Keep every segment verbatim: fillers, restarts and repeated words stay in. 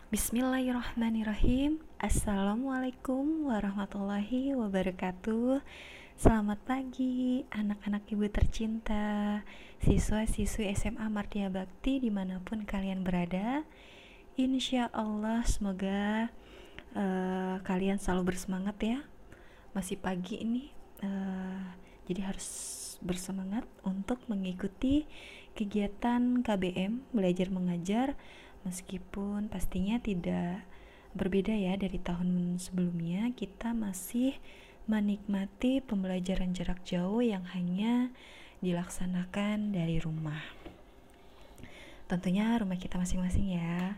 Bismillahirrahmanirrahim. Assalamualaikum warahmatullahi wabarakatuh. Selamat pagi anak-anak ibu tercinta, siswa-siswi S M A Martia Bakti dimanapun kalian berada. Insya Allah semoga uh, kalian selalu bersemangat ya. Masih pagi ini, uh, jadi harus bersemangat untuk mengikuti kegiatan K B M, belajar mengajar, meskipun pastinya tidak berbeda ya dari tahun sebelumnya. Kita masih menikmati pembelajaran jarak jauh yang hanya dilaksanakan dari rumah, tentunya rumah kita masing-masing ya.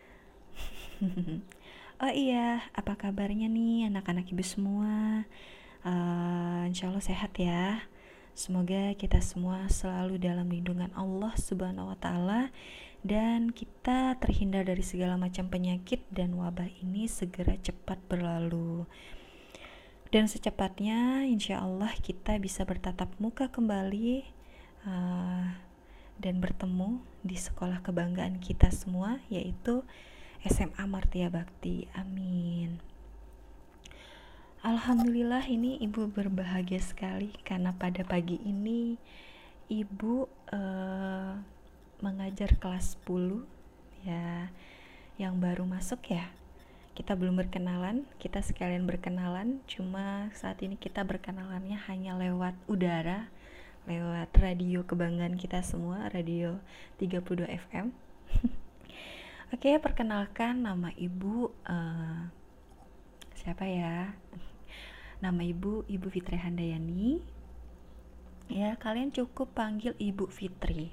Oh iya, apa kabarnya nih anak-anak ibu semua? Uh, insya Allah sehat ya. Semoga kita semua selalu dalam lindungan Allah Subhanahu wa Ta'ala, dan kita terhindar dari segala macam penyakit dan wabah ini segera cepat berlalu. Dan secepatnya insya Allah kita bisa bertatap muka kembali uh, dan bertemu di sekolah kebanggaan kita semua, yaitu S M A Martia Bakti. Amin. Alhamdulillah, ini ibu berbahagia sekali karena pada pagi ini ibu uh, mengajar kelas sepuluh ya, yang baru masuk ya. Kita belum berkenalan, kita sekalian berkenalan, cuma saat ini kita berkenalannya hanya lewat udara, lewat radio kebanggaan kita semua, radio tiga puluh dua F M. Oke, perkenalkan nama ibu uh, siapa ya? Nama ibu, Ibu Fitri Handayani. Ya, kalian cukup panggil Ibu Fitri.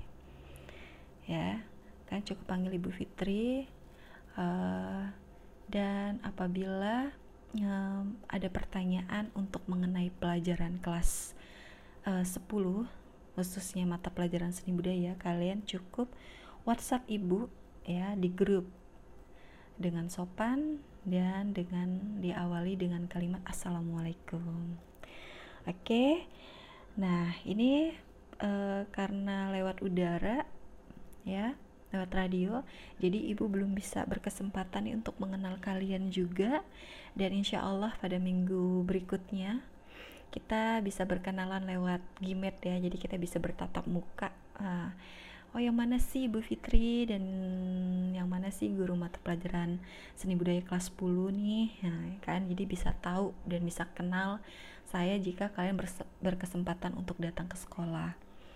Ya, kalian cukup panggil Ibu Fitri. Uh, dan apabila um, ada pertanyaan untuk mengenai pelajaran kelas uh, sepuluh, khususnya mata pelajaran seni budaya, kalian cukup WhatsApp Ibu ya di grup dengan sopan dan dengan diawali dengan kalimat Assalamualaikum. Oke, nah ini e, karena lewat udara ya, lewat radio, jadi ibu belum bisa berkesempatan nih untuk mengenal kalian juga. Dan insya Allah pada minggu berikutnya kita bisa berkenalan lewat Gimet ya, jadi kita bisa bertatap muka. Nah, oh yang mana sih Ibu Fitri dan yang mana sih guru mata pelajaran seni budaya kelas sepuluh nih. Nah, kalian jadi bisa tahu dan bisa kenal saya jika kalian berkesempatan untuk datang ke sekolah.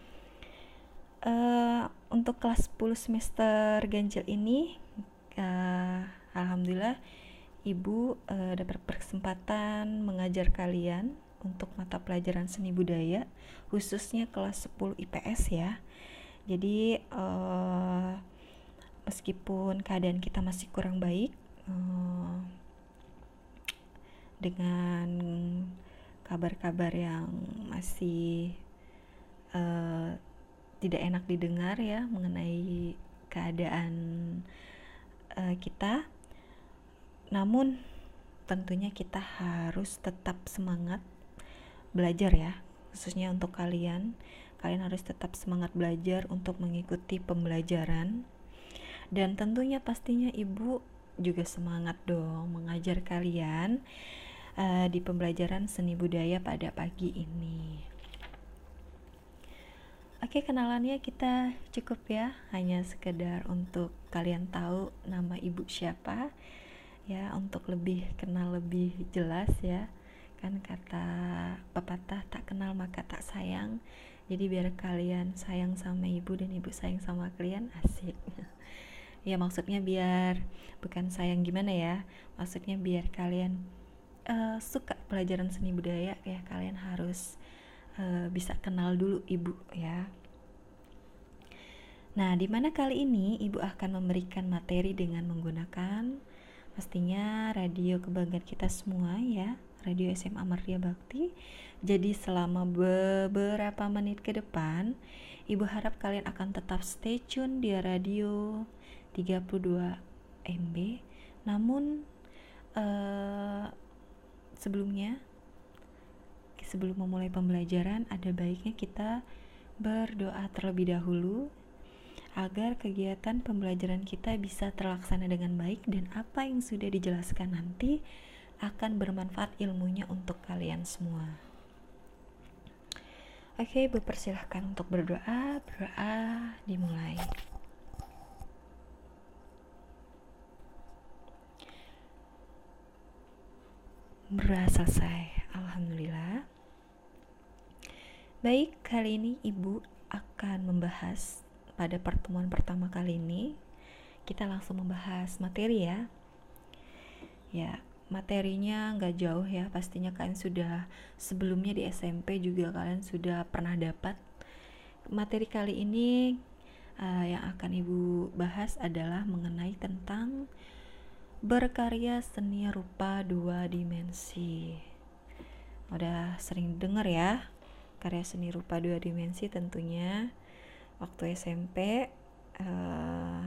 Uh, untuk kelas sepuluh semester ganjil ini uh, alhamdulillah Ibu uh, dapat berkesempatan mengajar kalian untuk mata pelajaran seni budaya, khususnya kelas sepuluh I P S ya. Jadi uh, meskipun keadaan kita masih kurang baik, uh, dengan kabar-kabar yang masih uh, tidak enak didengar ya mengenai keadaan uh, kita, namun tentunya kita harus tetap semangat belajar ya, khususnya untuk kalian. Kalian harus tetap semangat belajar untuk mengikuti pembelajaran. Dan tentunya pastinya ibu juga semangat dong mengajar kalian uh, di pembelajaran seni budaya pada pagi ini. Oke, kenalannya kita cukup ya, hanya sekedar untuk kalian tahu nama ibu siapa ya, untuk lebih kenal lebih jelas ya. Kan kata pepatah, tak kenal maka tak sayang. Jadi biar kalian sayang sama ibu dan ibu sayang sama kalian, asik. Ya maksudnya biar bukan sayang gimana ya, maksudnya biar kalian uh, suka pelajaran seni budaya ya, kalian harus uh, bisa kenal dulu ibu ya. Nah, di mana kali ini ibu akan memberikan materi dengan menggunakan pastinya radio kebanggaan kita semua ya, radio S M A Martia Bakti. Jadi selama beberapa menit ke depan, ibu harap kalian akan tetap stay tune di radio tiga puluh dua M B. Namun uh, sebelumnya, sebelum memulai pembelajaran, ada baiknya kita berdoa terlebih dahulu agar kegiatan pembelajaran kita bisa terlaksana dengan baik dan apa yang sudah dijelaskan nanti akan bermanfaat ilmunya untuk kalian semua. Oke, Ibu persilahkan untuk berdoa. Berdoa dimulai. Berdoa selesai. Alhamdulillah. Baik, kali ini Ibu akan membahas pada pertemuan pertama kali ini. Kita langsung membahas materi ya. Ya, materinya nggak jauh ya. Pastinya kalian sudah sebelumnya di S M P juga kalian sudah pernah dapat. Materi kali ini uh, yang akan Ibu bahas adalah mengenai tentang berkarya seni rupa dua dimensi. Udah sering dengar ya, karya seni rupa dua dimensi tentunya waktu S M P. Uh,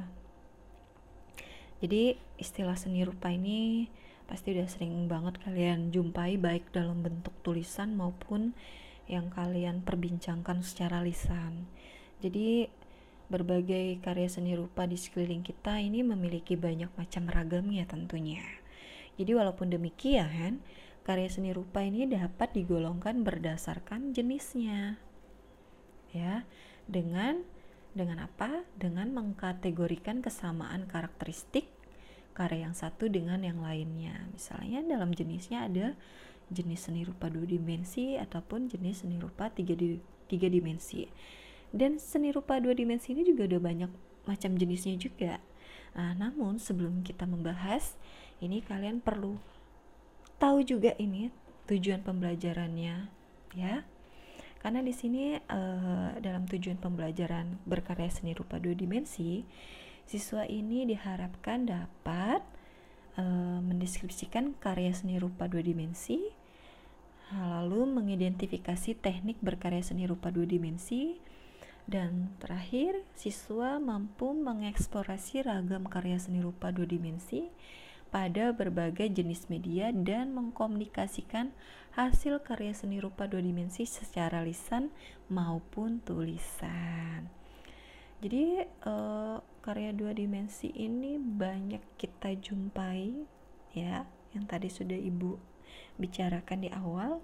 jadi istilah seni rupa ini pasti udah sering banget kalian jumpai, baik dalam bentuk tulisan maupun yang kalian perbincangkan secara lisan. Jadi berbagai karya seni rupa di sekeliling kita ini memiliki banyak macam ragamnya tentunya. Jadi walaupun demikian, karya seni rupa ini dapat digolongkan berdasarkan jenisnya. Ya, dengan dengan apa? Dengan mengkategorikan kesamaan karakteristik karya yang satu dengan yang lainnya. Misalnya dalam jenisnya ada jenis seni rupa dua dimensi ataupun jenis seni rupa tiga, di, tiga dimensi. Dan seni rupa dua dimensi ini juga ada banyak macam jenisnya juga. Nah, namun sebelum kita membahas ini, kalian perlu tahu juga ini tujuan pembelajarannya, ya. Karena di sini uh, dalam tujuan pembelajaran berkarya seni rupa dua dimensi, siswa ini diharapkan dapat uh, mendeskripsikan karya seni rupa dua dimensi, lalu mengidentifikasi teknik berkarya seni rupa dua dimensi, dan terakhir siswa mampu mengeksplorasi ragam karya seni rupa dua dimensi pada berbagai jenis media dan mengkomunikasikan hasil karya seni rupa dua dimensi secara lisan maupun tulisan. Jadi eh, karya dua dimensi ini banyak kita jumpai ya, yang tadi sudah Ibu bicarakan di awal.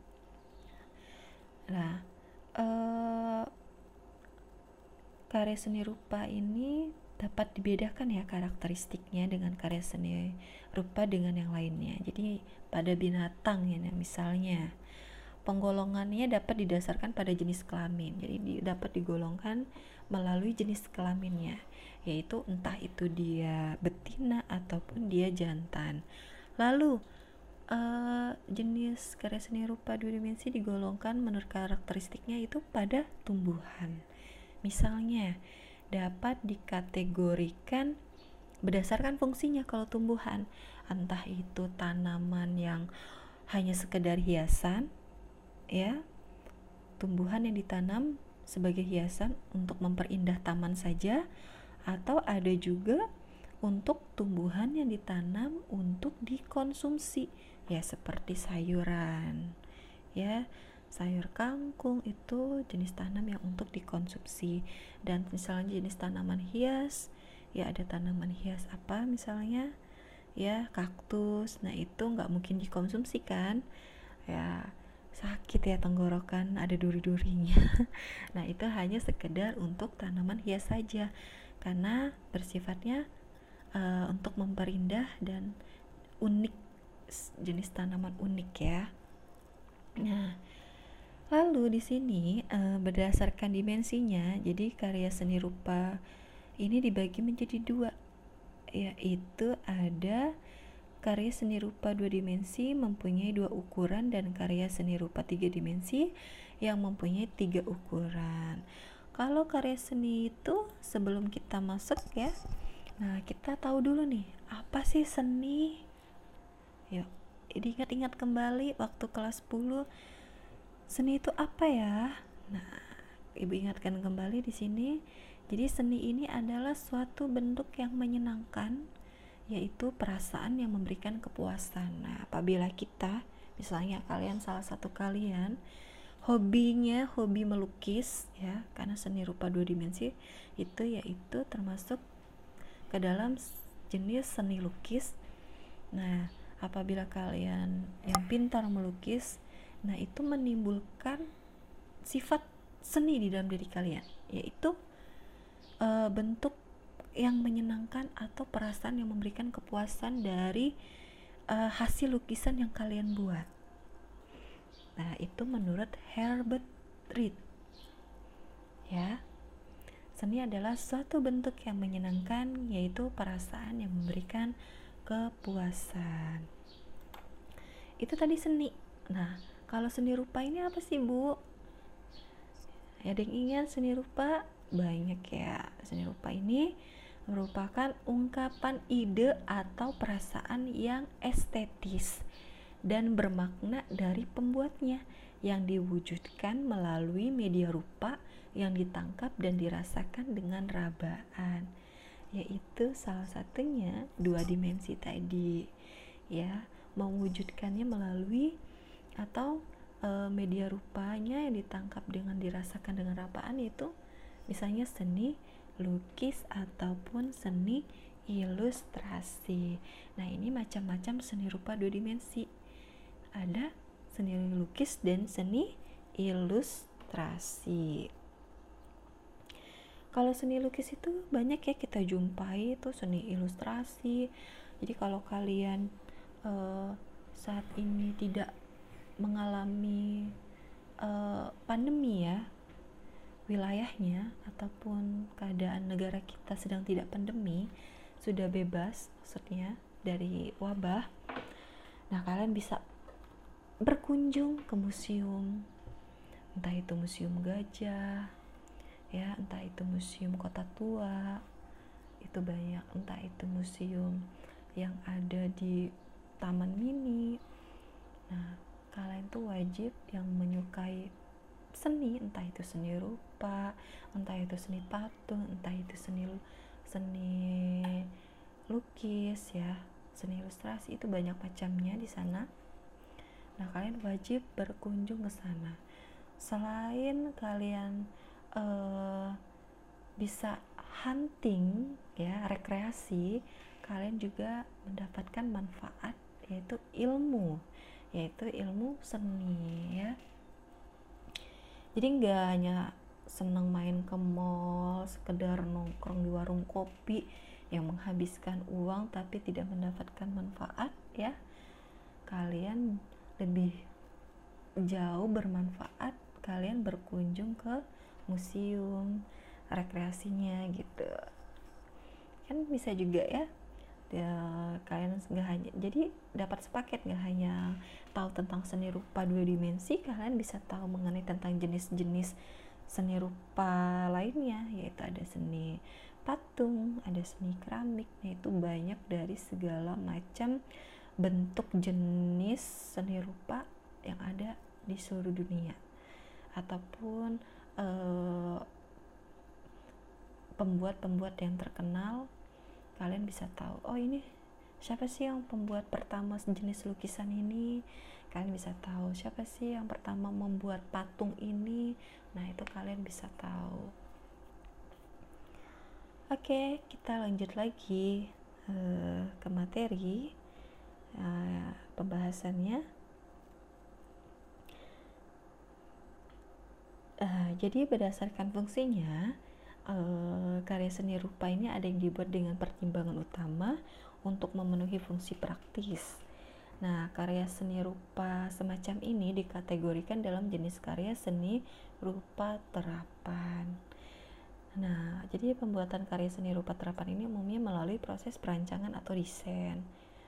Nah, eh, karya seni rupa ini dapat dibedakan ya karakteristiknya dengan karya seni rupa dengan yang lainnya. Jadi pada binatang ya, misalnya penggolongannya dapat didasarkan pada jenis kelamin. Jadi di, dapat digolongkan melalui jenis kelaminnya, yaitu entah itu dia betina ataupun dia jantan. Lalu uh, jenis karya seni rupa dua dimensi digolongkan menurut karakteristiknya itu pada tumbuhan. Misalnya dapat dikategorikan berdasarkan fungsinya kalau tumbuhan, entah itu tanaman yang hanya sekedar hiasan ya, tumbuhan yang ditanam sebagai hiasan untuk memperindah taman saja, atau ada juga untuk tumbuhan yang ditanam untuk dikonsumsi ya, seperti sayuran ya. Sayur kangkung itu jenis tanam yang untuk dikonsumsi. Dan misalnya jenis tanaman hias ya, ada tanaman hias apa misalnya ya, kaktus. Nah itu nggak mungkin dikonsumsi kan ya, sakit ya tenggorokan, ada duri-durinya. Nah itu hanya sekedar untuk tanaman hias saja, karena bersifatnya uh, untuk memperindah dan unik, jenis tanaman unik ya. Nah, lalu di sini uh, berdasarkan dimensinya, jadi karya seni rupa ini dibagi menjadi dua, yaitu ada karya seni rupa dua dimensi mempunyai dua ukuran dan karya seni rupa tiga dimensi yang mempunyai tiga ukuran. Kalau karya seni itu sebelum kita masuk ya, nah kita tahu dulu nih apa sih seni. Yuk, diingat-ingat kembali waktu kelas sepuluh. Seni itu apa ya? Nah, Ibu ingatkan kembali di sini. Jadi seni ini adalah suatu bentuk yang menyenangkan, yaitu perasaan yang memberikan kepuasan. Nah, apabila kita, misalnya kalian salah satu kalian hobinya hobi melukis ya, karena seni rupa dua dimensi itu yaitu termasuk ke dalam jenis seni lukis. Nah, apabila kalian yang pintar melukis, nah itu menimbulkan sifat seni di dalam diri kalian, yaitu e, bentuk yang menyenangkan atau perasaan yang memberikan kepuasan dari uh, hasil lukisan yang kalian buat. Nah, itu menurut Herbert Reed. Ya. Seni adalah suatu bentuk yang menyenangkan, yaitu perasaan yang memberikan kepuasan. Itu tadi seni. Nah, kalau seni rupa ini apa sih, Bu? Ada yang ingat seni rupa? Banyak ya. Seni rupa ini merupakan ungkapan ide atau perasaan yang estetis dan bermakna dari pembuatnya yang diwujudkan melalui media rupa yang ditangkap dan dirasakan dengan rabaan, yaitu salah satunya dua dimensi tadi ya, mewujudkannya melalui atau e, media rupanya yang ditangkap dengan dirasakan dengan rabaan, yaitu misalnya seni lukis ataupun seni ilustrasi. Nah, ini macam-macam seni rupa dua dimensi. Ada seni lukis dan seni ilustrasi. Kalau seni lukis itu banyak ya kita jumpai, itu seni ilustrasi. Jadi kalau kalian uh, saat ini tidak mengalami uh, pandemi ya, wilayahnya ataupun keadaan negara kita sedang tidak pandemi, sudah bebas maksudnya dari wabah. Nah, kalian bisa berkunjung ke museum, entah itu museum gajah ya, entah itu museum kota tua, itu banyak, entah itu museum yang ada di taman mini. Nah, kalian tuh wajib yang menyukai seni, entah itu seni rupa, entah itu seni patung, entah itu seni seni lukis ya, seni ilustrasi, itu banyak macamnya di sana. Nah, kalian wajib berkunjung ke sana. Selain kalian uh, bisa hunting ya, rekreasi, kalian juga mendapatkan manfaat, yaitu ilmu, yaitu ilmu seni ya. Jadi nggak hanya seneng main ke mall, sekedar nongkrong di warung kopi yang menghabiskan uang tapi tidak mendapatkan manfaat ya. Kalian lebih jauh bermanfaat kalian berkunjung ke museum, rekreasinya gitu. Kan bisa juga ya. Ya, kalian nggak hanya jadi dapat sepaket, nggak hanya tahu tentang seni rupa dua dimensi, kalian bisa tahu mengenai tentang jenis-jenis seni rupa lainnya, yaitu ada seni patung, ada seni keramik. Nah, itu banyak dari segala macam bentuk jenis seni rupa yang ada di seluruh dunia, ataupun eh, pembuat-pembuat yang terkenal. Kalian bisa tahu, oh ini siapa sih yang pembuat pertama jenis lukisan ini. Kalian bisa tahu siapa sih yang pertama membuat patung ini. Nah, itu kalian bisa tahu. Oke, kita lanjut lagi uh, ke materi uh, pembahasannya. Uh, jadi berdasarkan fungsinya, Uh, karya seni rupa ini ada yang dibuat dengan pertimbangan utama untuk memenuhi fungsi praktis. Nah, karya seni rupa semacam ini dikategorikan dalam jenis karya seni rupa terapan. Nah, jadi pembuatan karya seni rupa terapan ini umumnya melalui proses perancangan atau desain.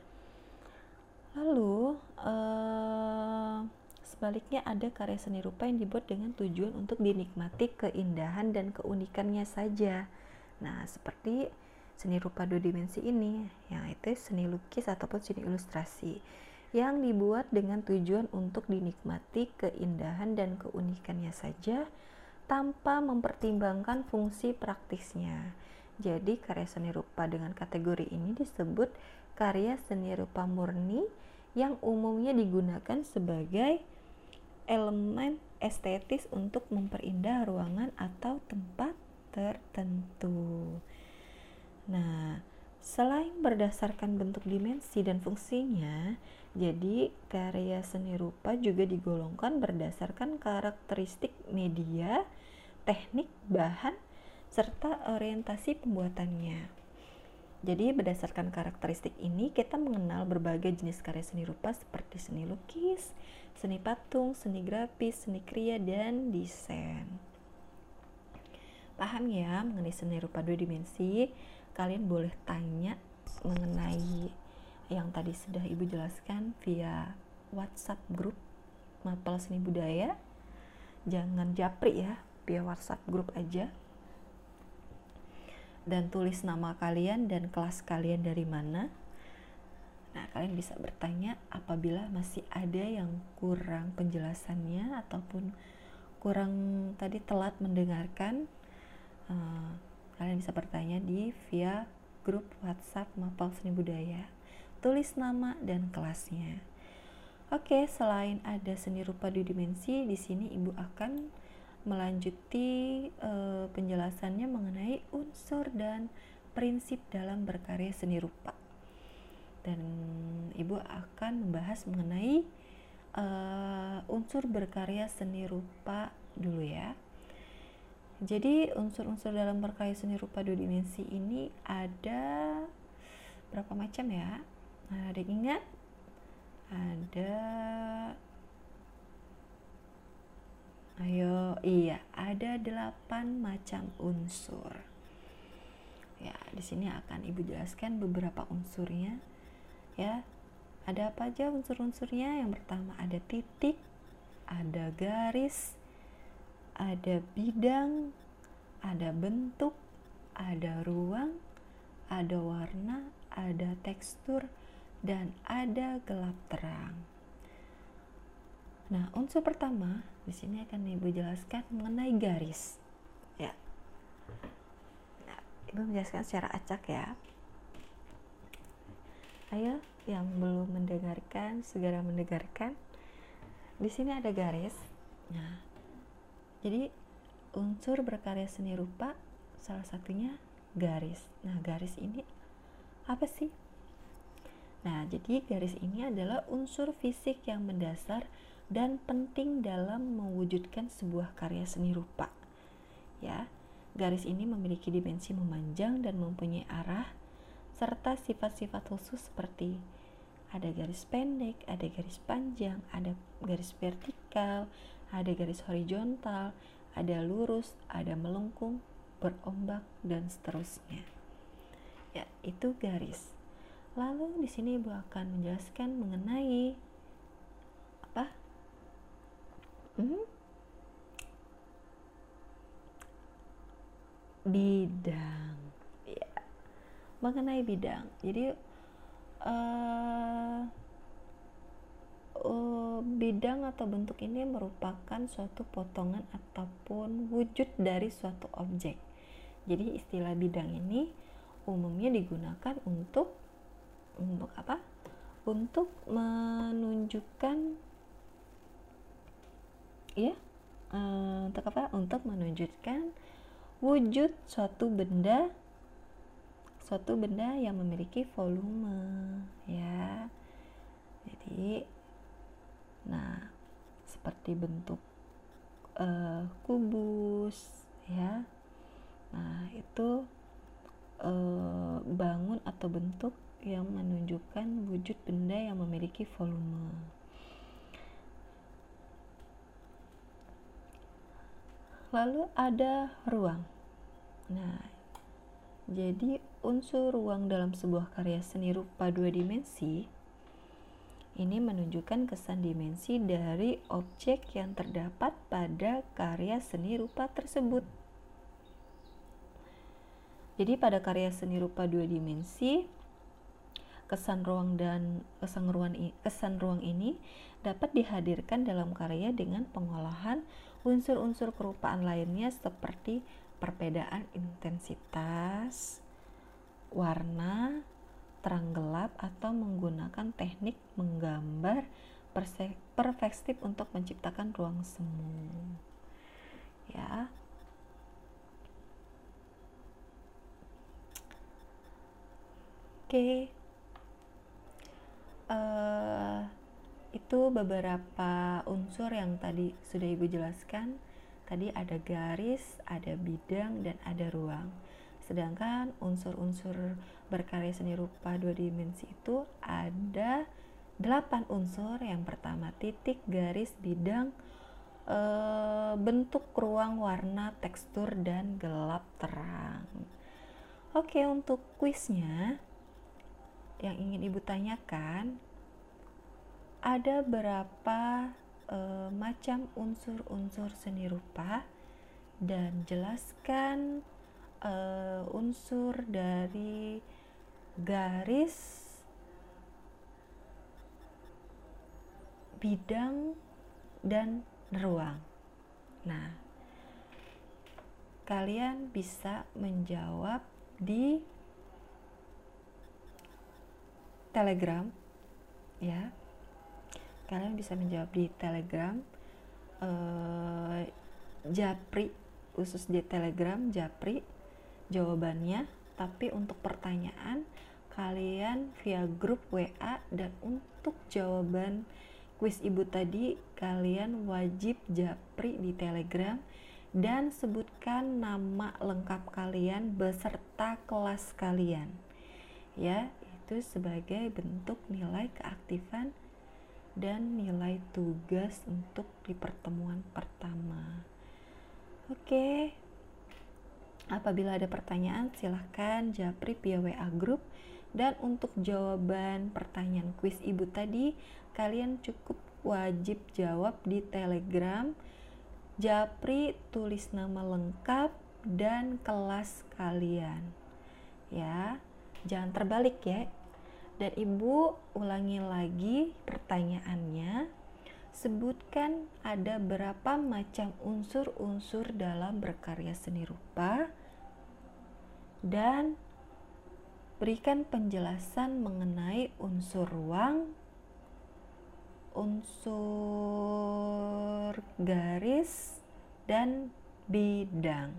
Lalu, uh, sebaliknya ada karya seni rupa yang dibuat dengan tujuan untuk dinikmati keindahan dan keunikannya saja. Nah, seperti seni rupa dua dimensi ini, yang itu seni lukis ataupun seni ilustrasi, yang dibuat dengan tujuan untuk dinikmati keindahan dan keunikannya saja tanpa mempertimbangkan fungsi praktisnya. Jadi, karya seni rupa dengan kategori ini disebut karya seni rupa murni yang umumnya digunakan sebagai elemen estetis untuk memperindah ruangan atau tempat tertentu. Nah, selain berdasarkan bentuk, dimensi, dan fungsinya, jadi karya seni rupa juga digolongkan berdasarkan karakteristik media, teknik, bahan, serta orientasi pembuatannya. Jadi berdasarkan karakteristik ini kita mengenal berbagai jenis karya seni rupa seperti seni lukis, seni patung, seni grafis, seni kriya, dan desain. Paham ya mengenai seni rupa dua dimensi? Kalian boleh tanya mengenai yang tadi sudah Ibu jelaskan via WhatsApp grup Mapel Seni Budaya. Jangan japri ya, via WhatsApp grup aja. Dan tulis nama kalian dan kelas kalian dari mana. Nah, kalian bisa bertanya apabila masih ada yang kurang penjelasannya ataupun kurang tadi telat mendengarkan. Uh, kalian bisa bertanya di via grup WhatsApp Mapel Seni Budaya. Tulis nama dan kelasnya. Oke, selain ada seni rupa dua dimensi, di sini Ibu akan melanjuti uh, penjelasannya mengenai unsur dan prinsip dalam berkarya seni rupa. Dan Ibu akan membahas mengenai uh, unsur berkarya seni rupa dulu ya. Jadi unsur-unsur dalam berkarya seni rupa dua dimensi ini ada berapa macam ya? Ada yang ingat? Ada Ayo, iya, ada delapan macam unsur. Ya, di sini akan Ibu jelaskan beberapa unsurnya. Ya, ada apa aja unsur-unsurnya? Yang pertama ada titik, ada garis, ada bidang, ada bentuk, ada ruang, ada warna, ada tekstur, dan ada gelap terang. Nah, unsur pertama di sini akan Ibu jelaskan mengenai garis. Ya. Nah, Ibu menjelaskan secara acak ya. Ayo, yang belum mendengarkan segera mendengarkan. Di sini ada garis. Nah, jadi unsur berkarya seni rupa salah satunya garis. Nah, garis ini apa sih? Nah, jadi garis ini adalah unsur fisik yang mendasar dan penting dalam mewujudkan sebuah karya seni rupa. Ya, garis ini memiliki dimensi memanjang dan mempunyai arah serta sifat-sifat khusus seperti ada garis pendek, ada garis panjang, ada garis vertikal, ada garis horizontal, ada lurus, ada melengkung, berombak, dan seterusnya. Ya, itu garis. Lalu di sini Ibu akan menjelaskan mengenai apa? Hmm? Bidang. Ya. Mengenai bidang. Jadi uh, uh, bidang atau bentuk ini merupakan suatu potongan ataupun wujud dari suatu objek. Jadi istilah bidang ini umumnya digunakan untuk untuk apa? Untuk menunjukkan ya, uh, untuk apa? Untuk menunjukkan wujud suatu benda, suatu benda yang memiliki volume, ya. Jadi, nah, seperti bentuk uh, kubus, ya. Nah, itu uh, bangun atau bentuk yang menunjukkan wujud benda yang memiliki volume. Lalu ada ruang. Nah, jadi unsur ruang dalam sebuah karya seni rupa dua dimensi ini menunjukkan kesan dimensi dari objek yang terdapat pada karya seni rupa tersebut. Jadi pada karya seni rupa dua dimensi, kesan ruang dan kesan ruang kesan ruang ini dapat dihadirkan dalam karya dengan pengolahan unsur-unsur kerupaan lainnya seperti perbedaan intensitas, warna, terang gelap, atau menggunakan teknik menggambar perspektif untuk menciptakan ruang semu. Ya. Oke. Uh, itu beberapa unsur yang tadi sudah Ibu jelaskan. Tadi ada garis, ada bidang, dan ada ruang. Sedangkan unsur-unsur berkarya seni rupa dua dimensi itu ada delapan unsur. Yang pertama titik, garis, bidang, e, bentuk, ruang, warna, tekstur, dan gelap terang. Oke, untuk kuisnya yang ingin Ibu tanyakan, ada berapa e, macam unsur-unsur seni rupa, dan jelaskan e, unsur dari garis, bidang, dan ruang. Nah, kalian bisa menjawab di Telegram, ya. Kalian bisa menjawab di Telegram, uh, Japri, khusus di Telegram Japri jawabannya. Tapi untuk pertanyaan kalian via grup W A, dan untuk jawaban kuis Ibu tadi kalian wajib Japri di Telegram dan sebutkan nama lengkap kalian beserta kelas kalian, ya. Itu sebagai bentuk nilai keaktifan dan nilai tugas untuk di pertemuan pertama. Oke, apabila ada pertanyaan silahkan japri via W A grup. Dan untuk jawaban pertanyaan kuis Ibu tadi, kalian cukup wajib jawab di Telegram japri, tulis nama lengkap dan kelas kalian, ya. Jangan terbalik, ya. Dan Ibu ulangi lagi pertanyaannya. Sebutkan ada berapa macam unsur-unsur dalam berkarya seni rupa, dan berikan penjelasan mengenai unsur ruang, unsur garis, dan bidang.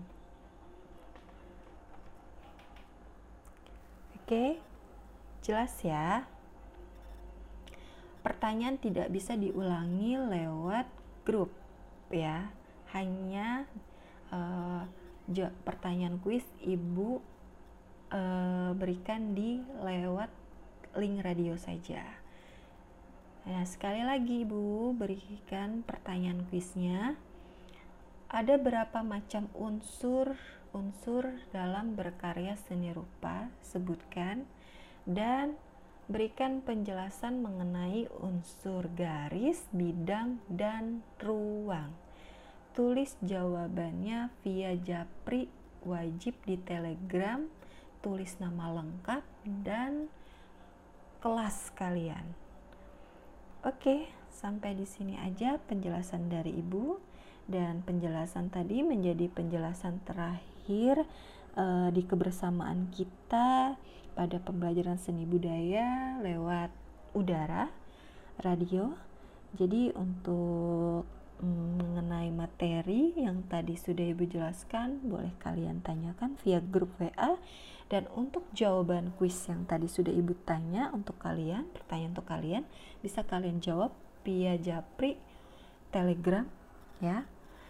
Oke. Jelas ya? Pertanyaan tidak bisa diulangi lewat grup, ya. Hanya uh, pertanyaan kuis Ibu uh, berikan di lewat link radio saja. Nah, sekali lagi Ibu berikan pertanyaan kuisnya. Ada berapa macam unsur unsur dalam berkarya seni rupa? Sebutkan. Dan berikan penjelasan mengenai unsur garis, bidang, dan ruang. Tulis jawabannya via Japri, wajib di Telegram, tulis nama lengkap dan kelas kalian. Oke, sampai di sini aja penjelasan dari Ibu, dan penjelasan tadi menjadi penjelasan terakhir uh, di kebersamaan kita pada pembelajaran seni budaya lewat udara, radio. Jadi untuk mm, mengenai materi yang tadi sudah Ibu jelaskan, boleh kalian tanyakan via grup W A. Dan untuk jawaban kuis yang tadi sudah Ibu tanya untuk kalian, pertanyaan untuk kalian, bisa kalian jawab via Japri, Telegram, ya.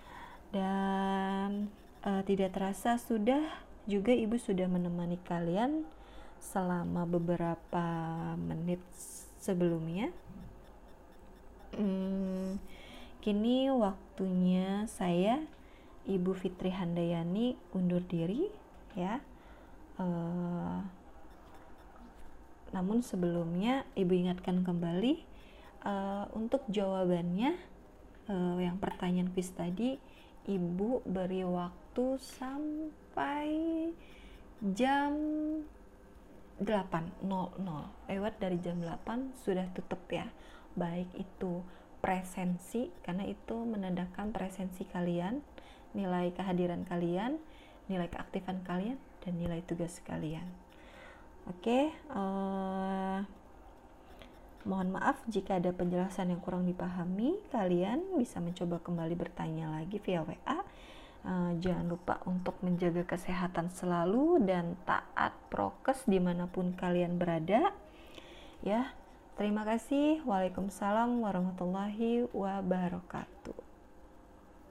Dan uh, tidak terasa sudah juga Ibu sudah menemani kalian selama beberapa menit sebelumnya. Hmm, kini waktunya saya, Ibu Fitri Handayani, undur diri, ya. Uh, namun sebelumnya Ibu ingatkan kembali uh, untuk jawabannya, uh, yang pertanyaan kuis tadi, Ibu beri waktu sampai jam delapan nol nol. Lewat dari jam delapan sudah tutup, ya. Baik itu presensi, karena itu menandakan presensi kalian, nilai kehadiran kalian, nilai keaktifan kalian, dan nilai tugas kalian. Oke, uh, Mohon maaf jika ada penjelasan yang kurang dipahami. Kalian bisa mencoba kembali bertanya lagi via W A. Uh, jangan lupa untuk menjaga kesehatan selalu dan taat prokes dimanapun kalian berada. Ya, terima kasih. Waalaikumsalam warahmatullahi wabarakatuh.